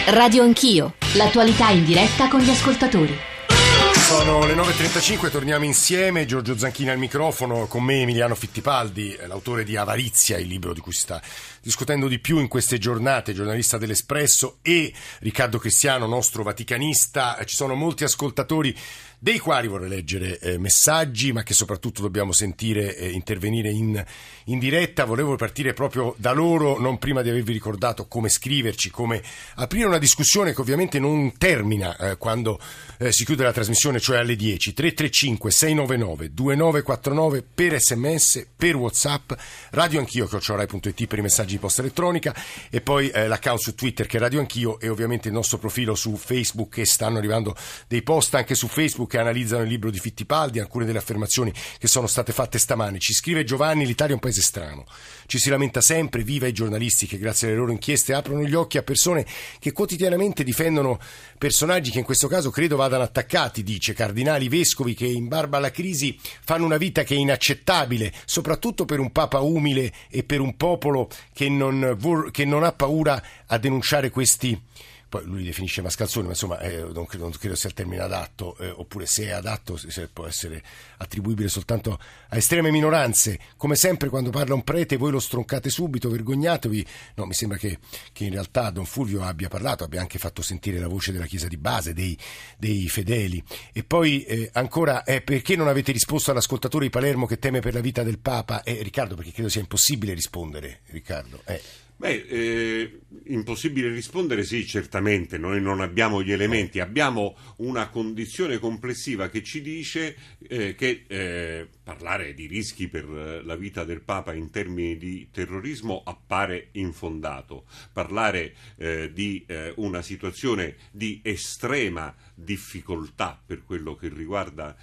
Radio Anch'io, l'attualità in diretta con gli ascoltatori. Sono le 9.35, torniamo insieme, Giorgio Zanchini al microfono, con me Emiliano Fittipaldi, l'autore di Avarizia, il libro di cui si sta discutendo di più in queste giornate, giornalista dell'Espresso, e Riccardo Cristiano, nostro vaticanista. Ci sono molti ascoltatori dei quali vorrei leggere messaggi, ma che soprattutto dobbiamo sentire intervenire in diretta. Volevo partire proprio da loro, non prima di avervi ricordato come scriverci, come aprire una discussione che ovviamente non termina quando si chiude la trasmissione, cioè alle 10. 335 699 2949 per sms, per WhatsApp, Radio Anch'io @rai.it per i messaggi di posta elettronica, e poi l'account su Twitter che è Radio Anch'io, e ovviamente il nostro profilo su Facebook, che stanno arrivando dei post anche su Facebook che analizzano il libro di Fittipaldi, alcune delle affermazioni che sono state fatte stamane. Ci scrive Giovanni: l'Italia è un paese strano, ci si lamenta sempre, viva i giornalisti che grazie alle loro inchieste aprono gli occhi a persone che quotidianamente difendono personaggi che in questo caso credo vadano attaccati, dice, cardinali, vescovi che in barba alla crisi fanno una vita che è inaccettabile, soprattutto per un papa umile e per un popolo che non ha paura a denunciare questi. Poi lui li definisce mascalzoni, ma insomma non credo sia il termine adatto, oppure se è adatto se può essere attribuibile soltanto a estreme minoranze. Come sempre quando parla un prete voi lo stroncate subito, vergognatevi. No, mi sembra che in realtà Don Fulvio abbia anche fatto sentire la voce della Chiesa di base, dei fedeli. E poi ancora, perché non avete risposto all'ascoltatore di Palermo che teme per la vita del Papa? Riccardo, perché credo sia impossibile rispondere, Riccardo. Impossibile rispondere, sì, certamente. Noi non abbiamo gli elementi, abbiamo una condizione complessiva che ci dice che parlare di rischi per la vita del Papa in termini di terrorismo appare infondato. Parlare di una situazione di estrema difficoltà per quello che riguarda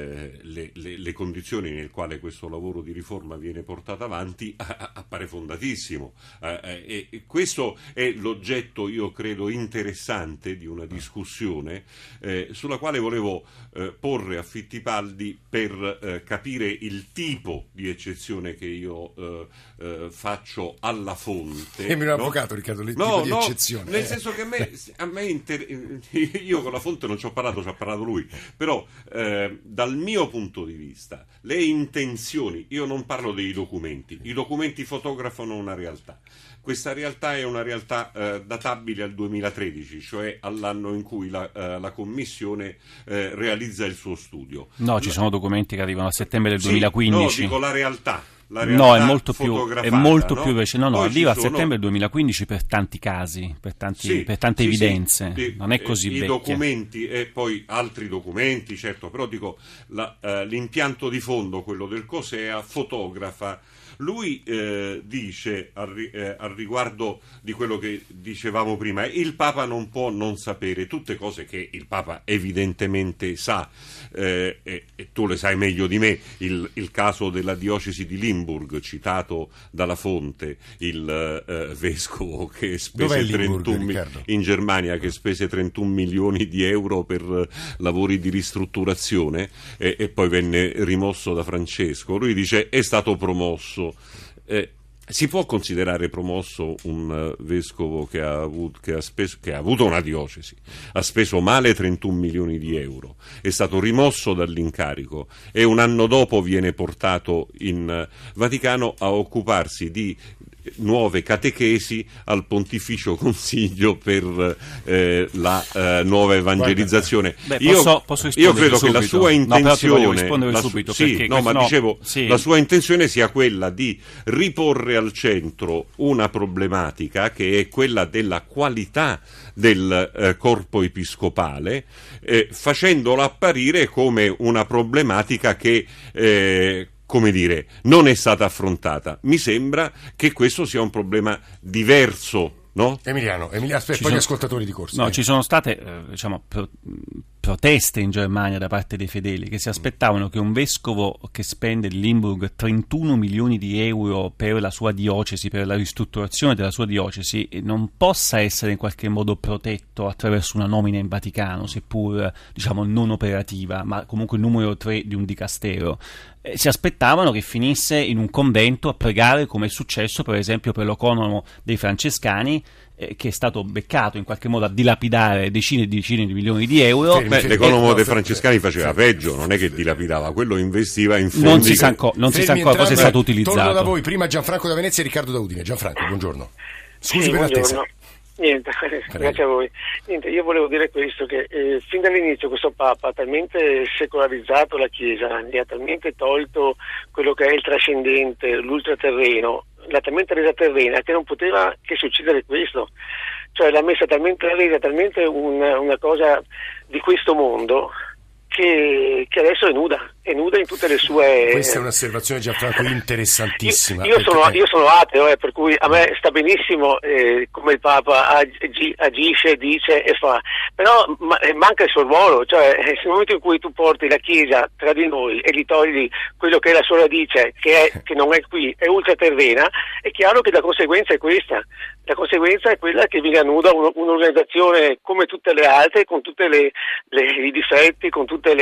le condizioni nel quale questo lavoro di riforma viene portato avanti appare fondatissimo. E questo è l'oggetto, io credo, interessante di una discussione sulla quale volevo porre a Fittipaldi per capire il tipo di eccezione che io faccio alla fonte. È mio avvocato, Riccardo, il tipo di eccezione. Nel senso che a me io con la fonte non ci ho parlato, ci ha parlato lui, però dal mio punto di vista le intenzioni, io non parlo dei documenti, i documenti fotografano una realtà. Questa realtà è una realtà databile al 2013, cioè all'anno in cui la Commissione realizza il suo studio. No, ci sono documenti che arrivano a settembre del 2015. No, dico la realtà. No, è molto più recente. No, arriva a sono settembre del 2015 per tanti casi, per tante evidenze. Non è così vecchia. I documenti e poi altri documenti, certo, però dico l'impianto di fondo, quello del COSEA, fotografa. Lui dice al riguardo di quello che dicevamo prima, il Papa non può non sapere tutte cose che il Papa evidentemente sa, e tu le sai meglio di me, il caso della diocesi di Limburg, citato dalla fonte, il vescovo che spese 31 in Germania, che spese 31 milioni di euro per lavori di ristrutturazione e poi venne rimosso da Francesco. Lui dice è stato promosso. Si può considerare promosso un vescovo che ha avuto una diocesi, ha speso male 31 milioni di euro, è stato rimosso dall'incarico e un anno dopo viene portato in Vaticano a occuparsi di nuove catechesi al Pontificio Consiglio per la nuova evangelizzazione. Io credo che la sua intenzione, la sua intenzione sia quella di riporre al centro una problematica che è quella della qualità del corpo episcopale, facendola apparire come una problematica che non è stata affrontata. Mi sembra che questo sia un problema diverso, no? Emiliano, aspetta, poi gli ascoltatori di corso. No, ci sono state, proteste in Germania da parte dei fedeli che si aspettavano che un vescovo che spende in Limburg 31 milioni di euro per la sua diocesi, per la ristrutturazione della sua diocesi, non possa essere in qualche modo protetto attraverso una nomina in Vaticano, seppur non operativa, ma comunque il numero 3 di un dicastero. si aspettavano che finisse in un convento a pregare, come è successo per esempio per l'economo dei francescani, che è stato beccato in qualche modo a dilapidare decine e decine di milioni di euro. L'economo dei francescani faceva peggio, non è che dilapidava, quello investiva in fondi. Non si sa ancora cosa è stato utilizzato. Torno da voi, prima Gianfranco da Venezia e Riccardo da Udine. Gianfranco, buongiorno. Scusi per l'attesa. Niente, grazie a voi. Niente, io volevo dire questo, che fin dall'inizio questo Papa ha talmente secolarizzato la Chiesa, gli ha talmente tolto quello che è il trascendente, l'ultraterreno, l'ha talmente resa terrena che non poteva che succedere questo. Cioè l'ha resa talmente una cosa di questo mondo che adesso è nuda in tutte le sue... Questa è un'osservazione, Gianfranco, interessantissima. Io sono ateo, per cui a me sta benissimo come il Papa agisce, dice e fa, però manca il suo ruolo, cioè nel momento in cui tu porti la Chiesa tra di noi e gli togli quello che è la sua radice, che non è qui, è ultraterrena, è chiaro che la conseguenza è questa. La conseguenza è quella che viene nuda un'organizzazione come tutte le altre, con tutti i difetti, con tutte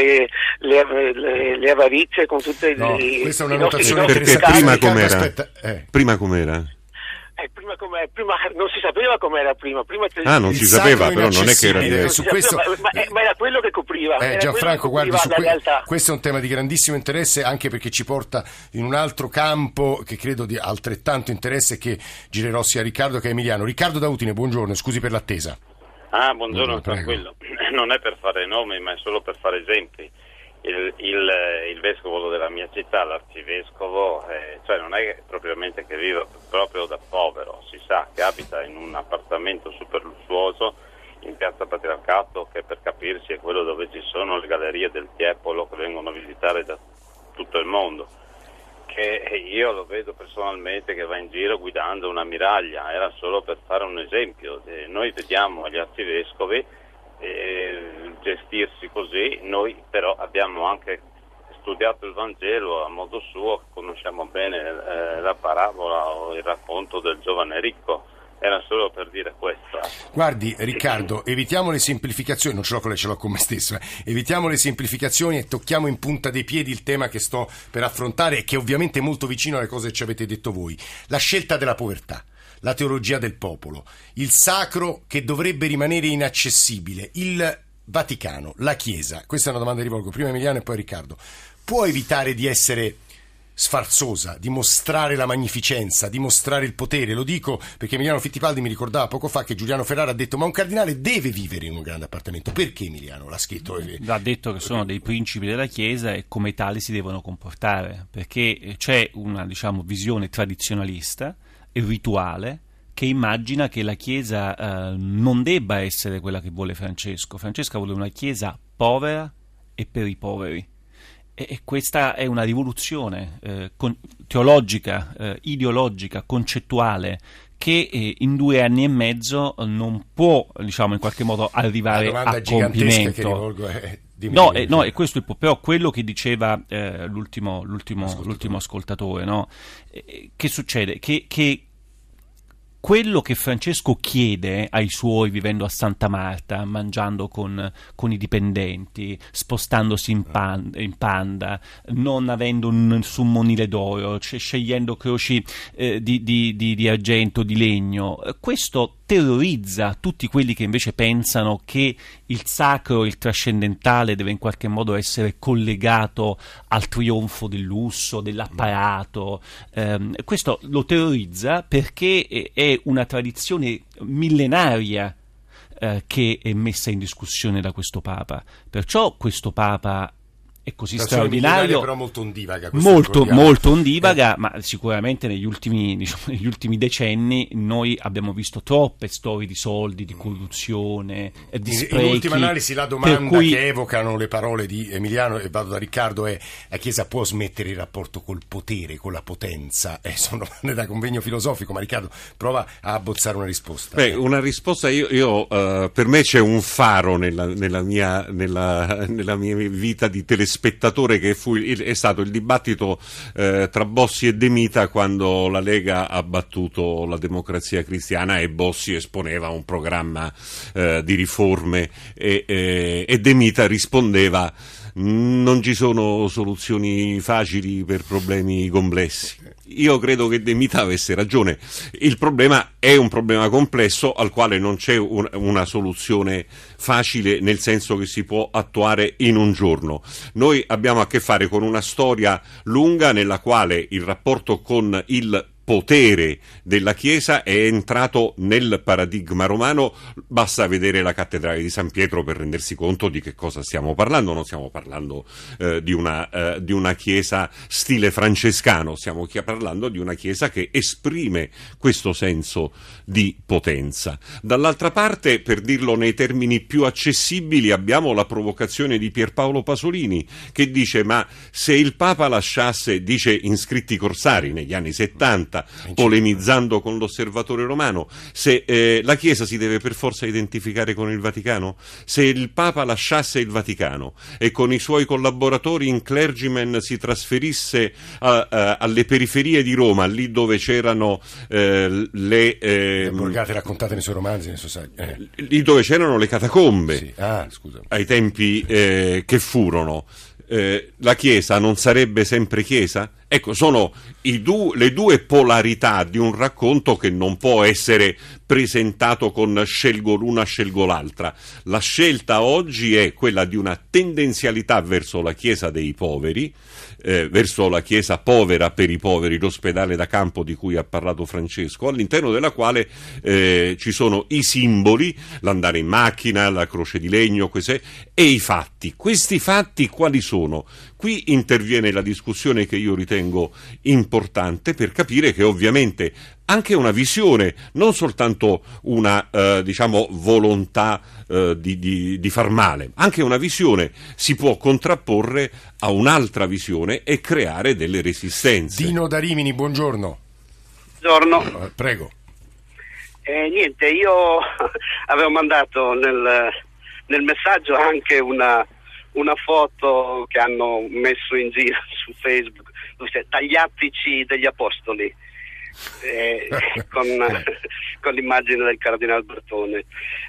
le avarizie, con tutte questa è una notazione perché prima com'era? Prima com'era? Prima non si sapeva com'era prima non si sapeva, però non è che era diverso. Ma era quello che copriva. Gianfranco, guardi, questo è un tema di grandissimo interesse, anche perché ci porta in un altro campo che credo di altrettanto interesse, che girerò sia a Riccardo che a Emiliano. Riccardo da Udine, buongiorno, scusi per l'attesa. Buongiorno, tranquillo. Non è per fare nomi, ma è solo per fare esempi. Il vescovo della mia città, l'arcivescovo, cioè non è propriamente che vive proprio da povero, si sa che abita in un appartamento super lussuoso in piazza Patriarcato, che per capirsi è quello dove ci sono le gallerie del Tiepolo che vengono a visitare da tutto il mondo, che io lo vedo personalmente che va in giro guidando una miraglia. Era solo per fare un esempio. Noi vediamo gli arcivescovi gestirsi così, noi però abbiamo anche studiato il Vangelo a modo suo, conosciamo bene la parabola o il racconto del giovane ricco. Era solo per dire questo. Guardi Riccardo, evitiamo le semplificazioni, non ce l'ho con lei, ce l'ho con me stesso, evitiamo le semplificazioni e tocchiamo in punta dei piedi il tema che sto per affrontare e che ovviamente è molto vicino alle cose che ci avete detto voi. La scelta della povertà, la teologia del popolo, il sacro che dovrebbe rimanere inaccessibile, il Vaticano, la Chiesa. Questa è una domanda che rivolgo prima a Emiliano e poi a Riccardo. Può evitare di essere sfarzosa, di mostrare la magnificenza, di mostrare il potere? Lo dico perché Emiliano Fittipaldi mi ricordava poco fa che Giuliano Ferrara ha detto: ma un cardinale deve vivere in un grande appartamento. Perché Emiliano l'ha scritto? Ha detto che sono dei principi della Chiesa e come tali si devono comportare, perché c'è una, visione tradizionalista e rituale che immagina che la Chiesa non debba essere quella che vuole Francesco. Francesco vuole una Chiesa povera e per i poveri. E questa è una rivoluzione teologica, ideologica, concettuale, che in 2 anni e mezzo non può, in qualche modo arrivare a compimento. Che rivolgo è... No, e questo è però quello che diceva l'ultimo ascoltatore, no? Che succede? Che quello che Francesco chiede ai suoi, vivendo a Santa Marta, mangiando con i dipendenti, spostandosi in panda, non avendo nessun monile d'oro, scegliendo croci di argento, di legno, questo terrorizza tutti quelli che invece pensano che il sacro, il trascendentale deve in qualche modo essere collegato al trionfo del lusso, dell'apparato. Questo lo terrorizza perché è una tradizione millenaria che è messa in discussione da questo Papa. Perciò questo Papa è così straordinario, però molto ondivaga, molto ondivaga, ma sicuramente negli ultimi decenni noi abbiamo visto troppe storie di soldi, di corruzione, di sprechi. In ultima analisi la domanda che evocano le parole di Emiliano, e vado da Riccardo, è: la Chiesa può smettere il rapporto col potere, con la potenza? Sono domande da convegno filosofico, ma Riccardo prova a abbozzare una risposta. Una risposta, io per me c'è un faro nella mia vita di telespettatore, che è stato il dibattito tra Bossi e De Mita, quando la Lega ha battuto la Democrazia Cristiana e Bossi esponeva un programma di riforme e De Mita rispondeva: non ci sono soluzioni facili per problemi complessi. Io credo che De Mita avesse ragione. Il problema è un problema complesso al quale non c'è una soluzione facile, nel senso che si può attuare in un giorno. Noi abbiamo a che fare con una storia lunga nella quale il rapporto con il potere della Chiesa è entrato nel paradigma romano. Basta vedere la cattedrale di San Pietro per rendersi conto di che cosa stiamo parlando. Non stiamo parlando di una Chiesa stile francescano, stiamo parlando di una Chiesa che esprime questo senso di potenza. Dall'altra parte, per dirlo nei termini più accessibili, abbiamo la provocazione di Pierpaolo Pasolini, che dice: ma se il Papa lasciasse, dice in Scritti Corsari negli anni 70, polemizzando con l'Osservatore Romano, se la Chiesa si deve per forza identificare con il Vaticano? Se il Papa lasciasse il Vaticano e con i suoi collaboratori in clergyman si trasferisse alle periferie di Roma, lì dove c'erano le borgate raccontate nei suoi romanzi, nei suoi saggi, lì dove c'erano le catacombe, sì. Scusa. Ai tempi che furono, la Chiesa non sarebbe sempre Chiesa? Ecco, sono le due polarità di un racconto che non può essere presentato con scelgo l'una, scelgo l'altra. La scelta oggi è quella di una tendenzialità verso la Chiesa dei poveri, verso la Chiesa povera per i poveri, l'ospedale da campo di cui ha parlato Francesco, all'interno della quale ci sono i simboli, l'andare in macchina, la croce di legno, e i fatti. Questi fatti quali sono? Qui interviene la discussione che io ritengo importante per capire che ovviamente anche una visione, non soltanto una volontà di far male, anche una visione si può contrapporre a un'altra visione e creare delle resistenze. Dino da Rimini, buongiorno. Buongiorno. Prego. Niente, io avevo mandato nel messaggio anche una foto che hanno messo in giro su Facebook, tagliatici degli apostoli, con l'immagine del cardinale Bertone.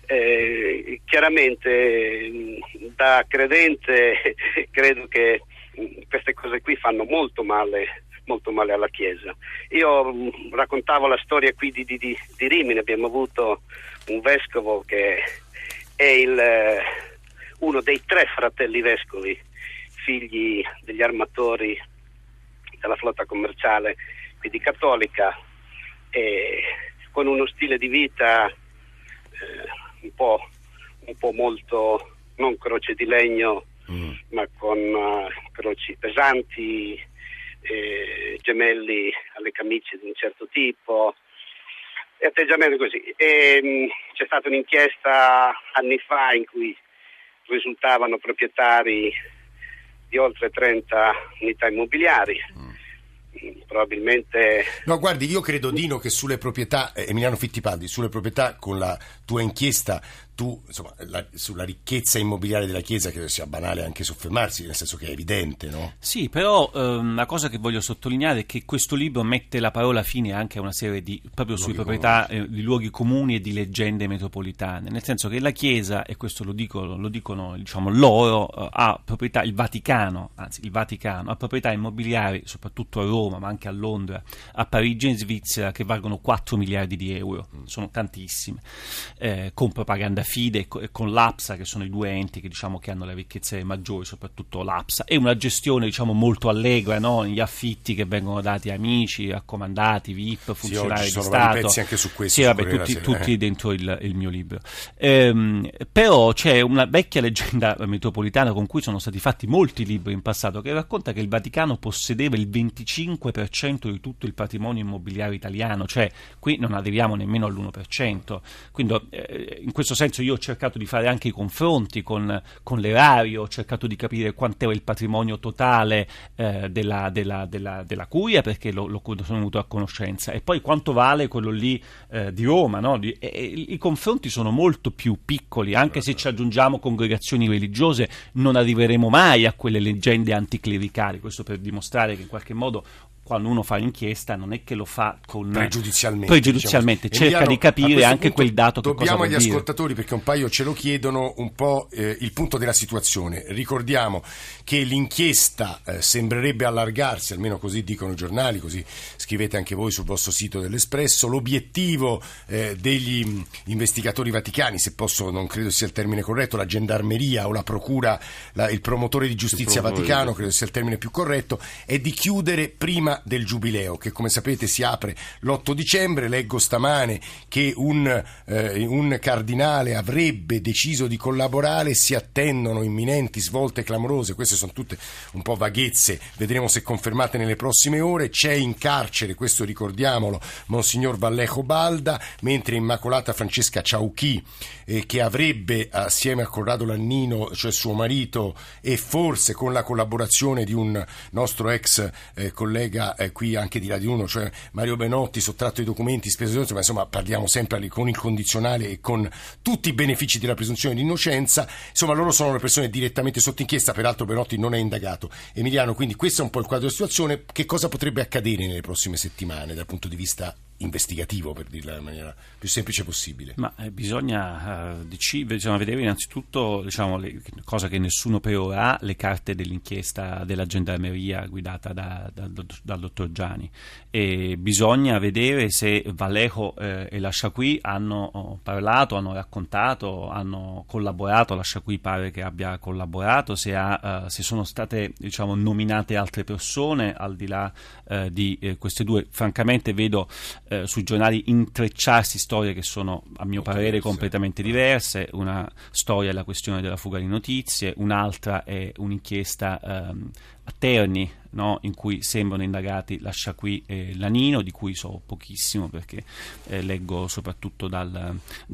Chiaramente da credente credo che queste cose qui fanno molto male alla Chiesa. Io raccontavo la storia qui di Rimini. Abbiamo avuto un vescovo che è uno dei 3 fratelli vescovi, figli degli armatori della flotta commerciale, quindi cattolica, e con uno stile di vita un po' molto, non croce di legno, ma con croci pesanti, gemelli alle camicie di un certo tipo, e atteggiamento così. C'è stata un'inchiesta anni fa in cui risultavano proprietari di oltre 30 unità immobiliari. Probabilmente. No, guardi, io credo, Dino, che sulle proprietà, Emiliano Fittipaldi, sulle proprietà, con la tua inchiesta, sulla ricchezza immobiliare della Chiesa credo sia banale anche soffermarsi, nel senso che è evidente, no? Sì, però una cosa che voglio sottolineare è che questo libro mette la parola fine anche a una serie di, proprio sulle proprietà di luoghi comuni e di leggende metropolitane, nel senso che la Chiesa, e questo lo dicono diciamo loro, ha proprietà, il Vaticano ha proprietà immobiliari soprattutto a Roma, ma anche a Londra, a Parigi e in Svizzera, che valgono 4 miliardi di euro, sono tantissime, con Propaganda Fide e con l'APSA, che sono i 2 enti che hanno le ricchezze maggiori, soprattutto l'APSA, e una gestione molto allegra, no? Gli affitti che vengono dati a amici, raccomandati, VIP, funzionari di Stato. Sono vari pezzi anche su questo. Sì, vabbè, tutti dentro il mio libro. Però c'è una vecchia leggenda metropolitana con cui sono stati fatti molti libri in passato, che racconta che il Vaticano possedeva il 25% di tutto il patrimonio immobiliare italiano, cioè qui non arriviamo nemmeno all'1%. Quindi in questo senso io ho cercato di fare anche i confronti con l'erario, ho cercato di capire quant'era il patrimonio totale della Curia, perché lo sono venuto a conoscenza, e poi quanto vale quello lì di Roma, no? I confronti sono molto più piccoli, anche se ci aggiungiamo congregazioni religiose non arriveremo mai a quelle leggende anticlericali, questo per dimostrare che in qualche modo quando uno fa l'inchiesta non è che lo fa con pregiudizialmente, cerca Emiliano, di capire anche quel dato che cosa dobbiamo vuol agli dire. Ascoltatori, perché un paio ce lo chiedono, un po' il punto della situazione. Ricordiamo che l'inchiesta sembrerebbe allargarsi, almeno così dicono i giornali, così scrivete anche voi sul vostro sito dell'Espresso. L'obiettivo degli investigatori vaticani, se posso, non credo sia il termine corretto, la gendarmeria o la procura, il promotore di giustizia Vaticano, credo sia il termine più corretto, è di chiudere prima del Giubileo, che come sapete si apre l'8 dicembre. Leggo stamane che un cardinale avrebbe deciso di collaborare, si attendono imminenti svolte clamorose. Queste sono tutte un po' vaghezze, vedremo se confermate nelle prossime ore. C'è in carcere, questo ricordiamolo, Monsignor Vallejo Balda, mentre Immacolata Francesca Ciauchi, che avrebbe assieme a Corrado Lannino, cioè suo marito, e forse con la collaborazione di un nostro ex collega qui anche di Radio 1, cioè Mario Benotti, sottratto i documenti, speso, ma insomma parliamo sempre con il condizionale e con tutti i benefici della presunzione di innocenza. Insomma, loro sono le persone direttamente sotto inchiesta, peraltro Benotti non è indagato. Emiliano, quindi questo è un po' il quadro della situazione. Che cosa potrebbe accadere nelle prossime settimane dal punto di vista investigativo, per dirla in maniera più semplice possibile? Ma bisogna vedere innanzitutto, cosa che nessuno per ora ha, le carte dell'inchiesta della gendarmeria guidata dal dottor Giani, e bisogna vedere se Vallejo e la Sciacqui hanno parlato, hanno raccontato, hanno collaborato. La Sciacqui pare che abbia collaborato, se sono state nominate altre persone al di là di queste due. Francamente vedo sui giornali intrecciarsi storie che sono, a mio parere, completamente diverse. Una storia è la questione della fuga di notizie, un'altra è un'inchiesta a Terni, no? In cui sembrano indagati la Sciacqui e Lannino, di cui so pochissimo perché leggo soprattutto dal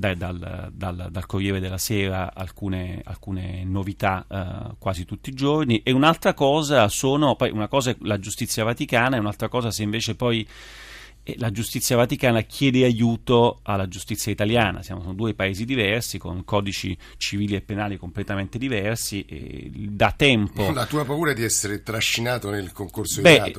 Corriere della Sera alcune novità quasi tutti i giorni. E un'altra cosa poi una cosa è la giustizia vaticana, e un'altra cosa se invece poi la giustizia vaticana chiede aiuto alla giustizia italiana. Sono due paesi diversi, con codici civili e penali completamente diversi, e da tempo... La tua paura è di essere trascinato nel concorso di dato?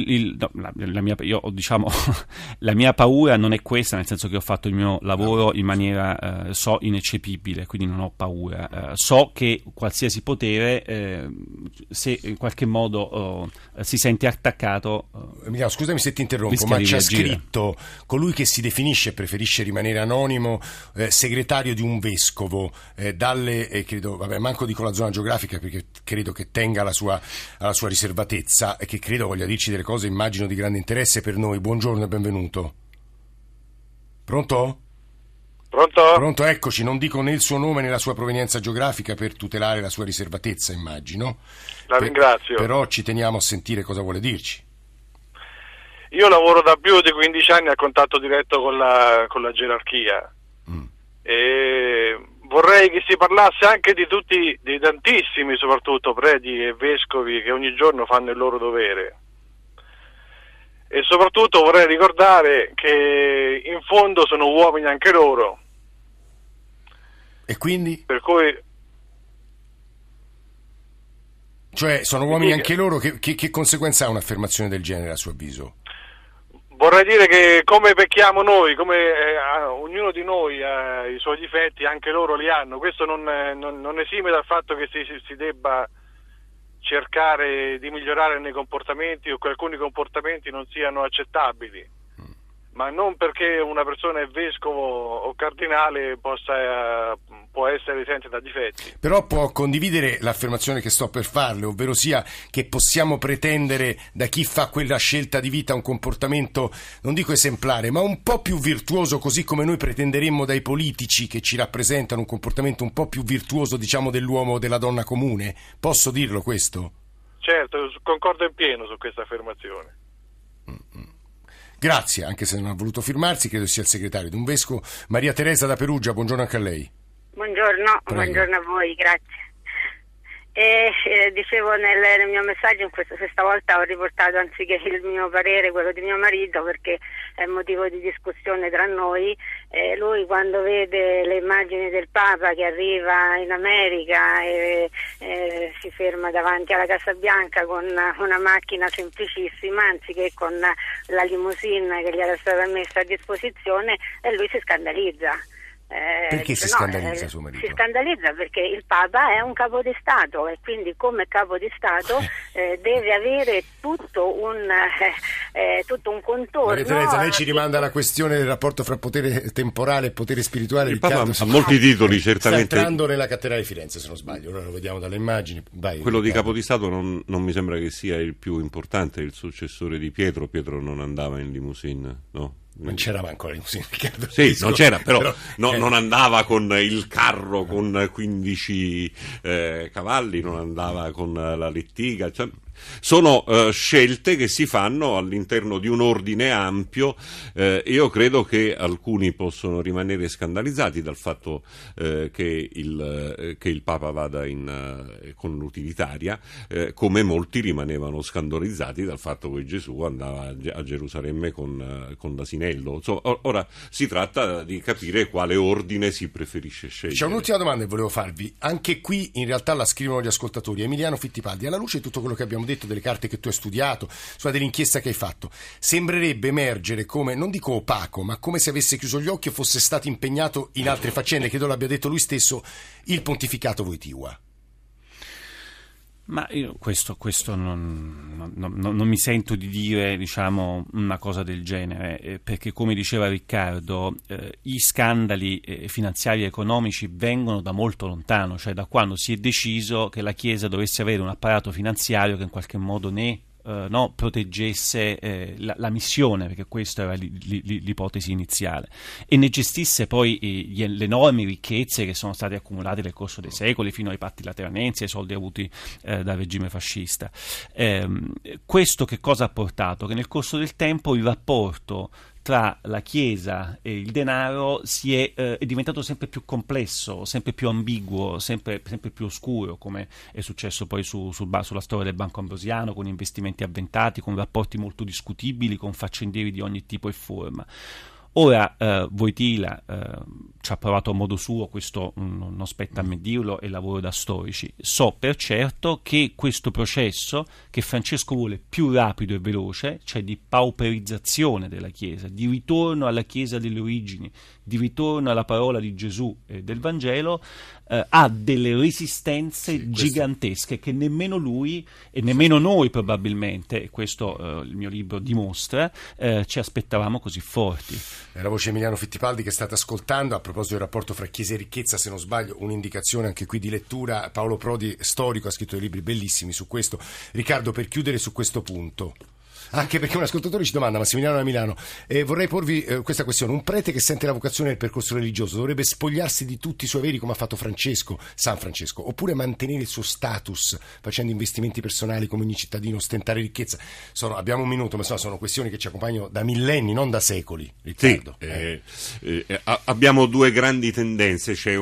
La mia paura non è questa, nel senso che ho fatto il mio lavoro in maniera ineccepibile, quindi non ho paura. So che qualsiasi potere, se in qualche modo si sente attaccato... Emiliano, scusami se ti interrompo, ma c'è scritto colui che si definisce e preferisce rimanere anonimo, segretario di un vescovo, credo, manco dico la zona geografica perché credo che tenga alla sua riservatezza, e che credo voglia dirci delle cose, immagino, di grande interesse per noi. Buongiorno e benvenuto. Pronto? Pronto, eccoci. Non dico né il suo nome né la sua provenienza geografica per tutelare la sua riservatezza, immagino. La ringrazio. Però ci teniamo a sentire cosa vuole dirci. Io lavoro da più di 15 anni a contatto diretto con la gerarchia, e vorrei che si parlasse anche di tantissimi, soprattutto preti e vescovi, che ogni giorno fanno il loro dovere. E soprattutto vorrei ricordare che in fondo sono uomini anche loro. E quindi? Per cui... Cioè, sono uomini anche loro? Che conseguenza ha un'affermazione del genere, a suo avviso? Vorrei dire che come pecchiamo noi, come ognuno di noi ha i suoi difetti, anche loro li hanno. Questo non esime dal fatto che si debba cercare di migliorare nei comportamenti, o che alcuni comportamenti non siano accettabili, ma non perché una persona è vescovo o cardinale può essere esente da difetti. Però può condividere l'affermazione che sto per farle, ovvero sia che possiamo pretendere da chi fa quella scelta di vita un comportamento, non dico esemplare, ma un po' più virtuoso, così come noi pretenderemmo dai politici che ci rappresentano un comportamento un po' più virtuoso, diciamo, dell'uomo o della donna comune. Posso dirlo questo? Certo, concordo in pieno su questa affermazione. Grazie, anche se non ha voluto firmarsi, credo sia il segretario di un vescovo. Maria Teresa da Perugia, buongiorno anche a lei. Buongiorno, Prego. buongiorno a voi, grazie. Dicevo nel mio messaggio, questa volta ho riportato anziché il mio parere quello di mio marito, perché è motivo di discussione tra noi. Lui, quando vede le immagini del Papa che arriva in America e si ferma davanti alla Casa Bianca con una macchina semplicissima, anziché con la limousine che gli era stata messa a disposizione, e lui si scandalizza. Perché si scandalizza suo marito? Si scandalizza perché il Papa è un capo di Stato, e quindi come capo di Stato deve avere tutto un contorno. Maria Teresa, lei ci rimanda alla questione del rapporto fra potere temporale e potere spirituale. Il Papa ha molti titoli, certamente. Sta entrando nella cattedrale di Firenze, se non sbaglio, ora lo vediamo dalle immagini. Vai, quello di capo di Stato non mi sembra che sia il più importante, il successore di Pietro. Pietro non andava in limousine, no? Non c'era manco la limousine, Riccardo. Sì, non c'era, però non andava con il carro con 15 cavalli, non andava con la lettiga, cioè, sono scelte che si fanno all'interno di un ordine ampio. Io credo che alcuni possono rimanere scandalizzati dal fatto che il Papa vada con l'utilitaria, come molti rimanevano scandalizzati dal fatto che Gesù andava a Gerusalemme con l'asinello. Insomma, ora si tratta di capire quale ordine si preferisce scegliere. C'è un'ultima domanda che volevo farvi. Anche qui in realtà la scrivono gli ascoltatori. Emiliano Fittipaldi, alla luce di tutto quello che abbiamo detto, delle carte che tu hai studiato, dell'inchiesta che hai fatto, sembrerebbe emergere come, non dico opaco, ma come se avesse chiuso gli occhi e fosse stato impegnato in altre faccende, credo l'abbia detto lui stesso, il pontificato Wojtyła. Ma io questo non mi sento di dire, diciamo, una cosa del genere, perché come diceva Riccardo, i scandali finanziari e economici vengono da molto lontano, cioè da quando si è deciso che la Chiesa dovesse avere un apparato finanziario che in qualche modo ne proteggesse la missione, perché questa era l'ipotesi iniziale, e ne gestisse poi le enormi ricchezze che sono state accumulate nel corso dei secoli fino ai patti lateranensi, ai soldi avuti dal regime fascista. Questo che cosa ha portato? Che nel corso del tempo il rapporto tra la Chiesa e il denaro è diventato sempre più complesso, sempre più ambiguo, sempre più oscuro, come è successo poi sulla storia del Banco Ambrosiano, con investimenti avventati, con rapporti molto discutibili, con faccendieri di ogni tipo e forma. Ora Wojtyła ci ha provato a modo suo, questo non spetta a me dirlo, è lavoro da storici. So per certo che questo processo, che Francesco vuole più rapido e veloce, cioè di pauperizzazione della Chiesa, di ritorno alla Chiesa delle origini, di ritorno alla parola di Gesù e del Vangelo, ha delle resistenze gigantesche che nemmeno lui e nemmeno noi probabilmente, e questo il mio libro dimostra, ci aspettavamo così forti. È la voce Emiliano Fittipaldi che state ascoltando. A proposito del rapporto fra Chiesa e ricchezza, se non sbaglio, un'indicazione anche qui di lettura. Paolo Prodi, storico, ha scritto dei libri bellissimi su questo. Riccardo, per chiudere su questo punto, anche perché un ascoltatore ci domanda, Massimiliano da Milano, vorrei porvi questa questione: un prete che sente la vocazione del percorso religioso dovrebbe spogliarsi di tutti i suoi averi come ha fatto San Francesco, oppure mantenere il suo status facendo investimenti personali come ogni cittadino, ostentare ricchezza? Abbiamo un minuto, ma sono questioni che ci accompagnano da millenni, non da secoli, Riccardo. Sì, abbiamo due grandi tendenze. Ci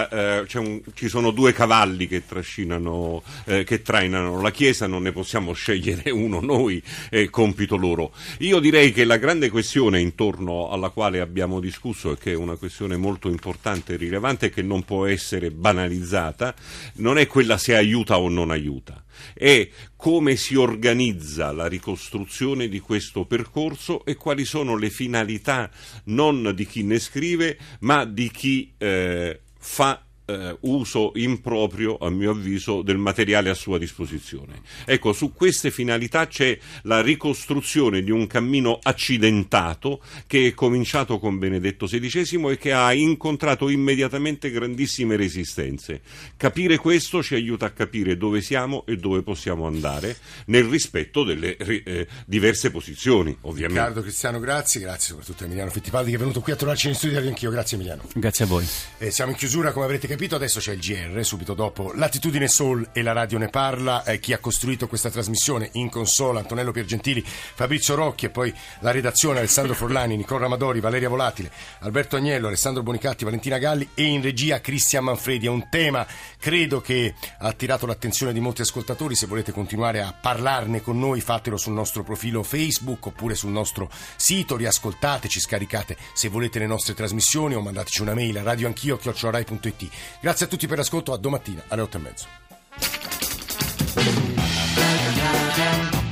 sono due cavalli che trascinano, che trainano la Chiesa, non ne possiamo scegliere uno noi, compito loro. Io direi che la grande questione intorno alla quale abbiamo discusso, e che è una questione molto importante e rilevante, che non può essere banalizzata, non è quella se aiuta o non aiuta, è come si organizza la ricostruzione di questo percorso e quali sono le finalità non di chi ne scrive, ma di chi fa uso improprio, a mio avviso, del materiale a sua disposizione. Ecco, su queste finalità c'è la ricostruzione di un cammino accidentato che è cominciato con Benedetto XVI e che ha incontrato immediatamente grandissime resistenze. Capire questo ci aiuta a capire dove siamo e dove possiamo andare, nel rispetto delle diverse posizioni, ovviamente. Riccardo Cristiano, grazie soprattutto a Emiliano Fittipaldi che è venuto qui a trovarci in studio. Anch'io, grazie Emiliano. Grazie a voi. Siamo in chiusura, come avrete capito, adesso c'è il GR, subito dopo Latitudine Soul e la radio ne parla. Chi ha costruito questa trasmissione in console: Antonello Piergentili, Fabrizio Rocchi, e poi la redazione: Alessandro Forlani, Nicola Amadori, Valeria Volatile, Alberto Agnello, Alessandro Bonicatti, Valentina Galli, e in regia Cristian Manfredi. È un tema, credo, che ha attirato l'attenzione di molti ascoltatori. Se volete continuare a parlarne con noi, fatelo sul nostro profilo Facebook oppure sul nostro sito, riascoltateci, scaricate se volete le nostre trasmissioni o mandateci una mail a radioanchio@rai.it. Grazie a tutti per l'ascolto, a domattina alle 8:30.